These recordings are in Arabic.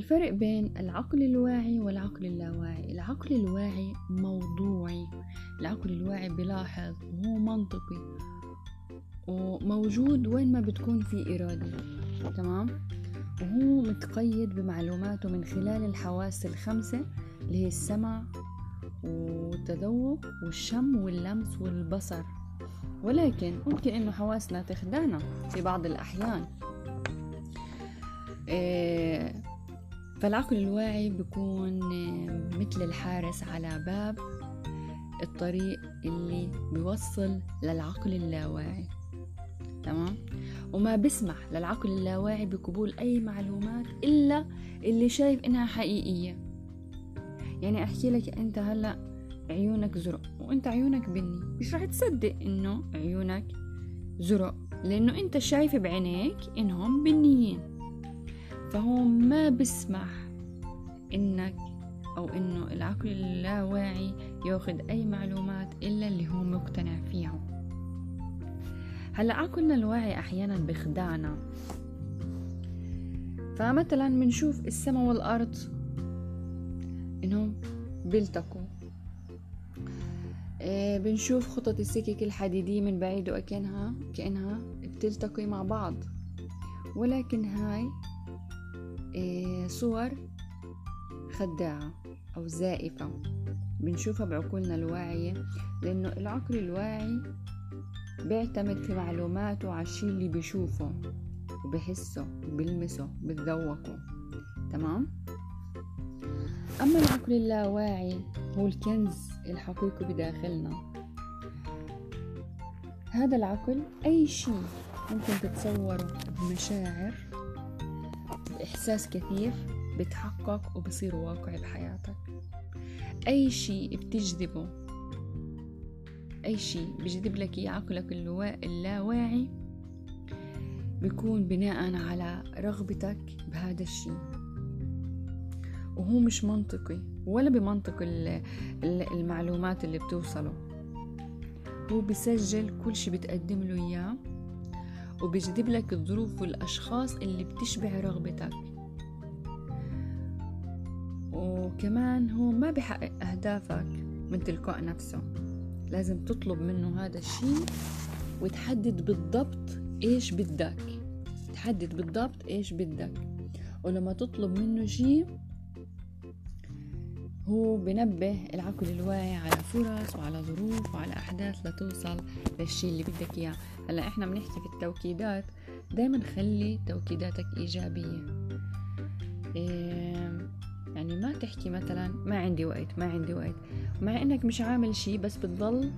الفرق بين العقل الواعي والعقل اللاواعي. العقل الواعي موضوعي، العقل الواعي بيلاحظ وهو منطقي وموجود وين ما بتكون في إرادة، تمام؟ وهو متقيد بمعلوماته من خلال الحواس الخمسة اللي هي السمع والتذوق والشم واللمس والبصر. ولكن ممكن إنه حواسنا تخدعنا في بعض الأحيان. فالعقل الواعي بيكون مثل الحارس على باب الطريق اللي بيوصل للعقل اللاواعي، تمام؟ وما بيسمح للعقل اللاواعي بقبول أي معلومات إلا اللي شايف إنها حقيقية. يعني أحكي لك أنت هلأ عيونك زرق وأنت عيونك بني، مش راح تصدق إنه عيونك زرق لأنه أنت شايف بعينيك إنهم بنيين. فهو ما بيسمح إنك أو إنه العقل اللاواعي يأخذ أي معلومات إلا اللي هو مقتنع فيها. هلأ عقلنا الواعي أحيانا بخدعنا. فمثلا بنشوف السماء والأرض إنهم بيلتقوا، بنشوف خطط السكك الحديدية من بعيد وكأنها بتلتقي مع بعض، ولكن هاي صور خداعة أو زائفة بنشوفها بعقولنا الواعية، لأنه العقل الواعي بيعتمد في معلوماته على الشيء اللي بيشوفه وبيحسه وبيلمسه بيتذوقه، تمام؟ أما العقل اللاواعي هو الكنز الحقيقي بداخلنا. هذا العقل أي شيء ممكن تتصوره بمشاعر بإحساس كثيف بتحقق وبصير واقع بحياتك. أي شيء بتجذبه، أي شيء بيجذب لك عقلك اللاواعي بيكون بناء على رغبتك بهذا الشيء، وهو مش منطقي ولا بمنطق المعلومات اللي بتوصله. هو بيسجل كل شيء بتقدم له إياه وبيجذب لك الظروف والأشخاص اللي بتشبع رغبتك. وكمان هو ما بيحقق أهدافك من تلقاء نفسه، لازم تطلب منه هذا الشيء وتحدد بالضبط إيش بدك، تحدد بالضبط إيش بدك. ولما تطلب منه شيء هو بنبه العقل الواعي على فرص وعلى ظروف وعلى أحداث لتوصل للشيء اللي بدك إياه. هلأ إحنا بنحكي في التوكيدات، دايما خلي توكيداتك إيجابية. يعني ما تحكي مثلا ما عندي وقت مع إنك مش عامل شيء، بس بتضل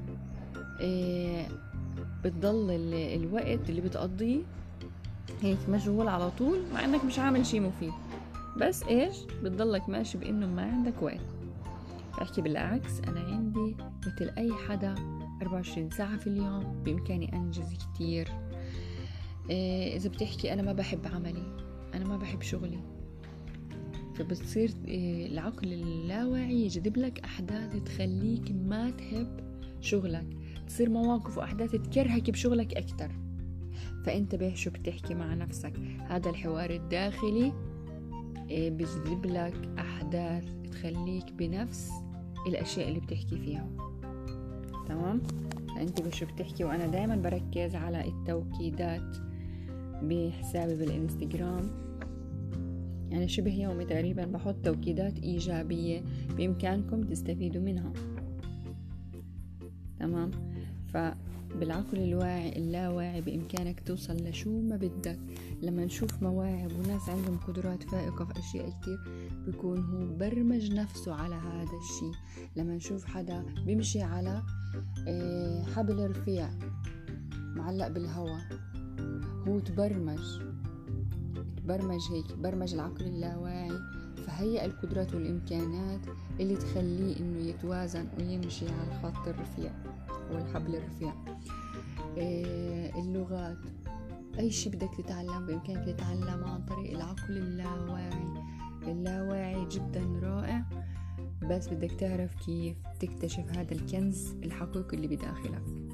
الوقت اللي بتقضيه هيك مشغول على طول مع إنك مش عامل شيء مفيد، بس إيش بتضلك ماشي بإنه ما عندك وقت. بحكي بالعكس، أنا عندي مثل أي حدا 24 ساعة في اليوم، بإمكاني أنجز كتير. إذا بتحكي أنا ما بحب عملي، أنا ما بحب شغلي، فبتصير العقل اللاواعي يجذب لك أحداث تخليك ما تحب شغلك، تصير مواقف وأحداث تكرهك بشغلك أكتر. فانتبه شو بتحكي مع نفسك. هذا الحوار الداخلي بيجذب لك أحداث تخليك بنفس الأشياء اللي بتحكي فيها، تمام؟ فانتبه شو بتحكي. وأنا دايما بركز على التوكيدات بحسابي بالإنستغرام، يعني شبه يومي تقريبا بحط توكيدات إيجابية بإمكانكم تستفيدوا منها، تمام؟ فبالعقل اللاواعي بإمكانك توصل لشو ما بدك. لما نشوف مواهب وناس عندهم قدرات فائقة في أشياء كتير بيكون هو برمج نفسه على هذا الشيء. لما نشوف حدا بيمشي على حبل رفيع معلق بالهواء، هو تبرمج هيك، برمج العقل اللاواعي، فهيئ القدرات والإمكانات اللي تخليه إنه يتوازن ويمشي على الخط الرفيع والحبل الرفيع. اللغات، أي شيء بدك تتعلم بإمكانك تتعلم عن طريق العقل اللاواعي جدا رائع، بس بدك تعرف كيف تكتشف هذا الكنز الحقيقي اللي بداخلك.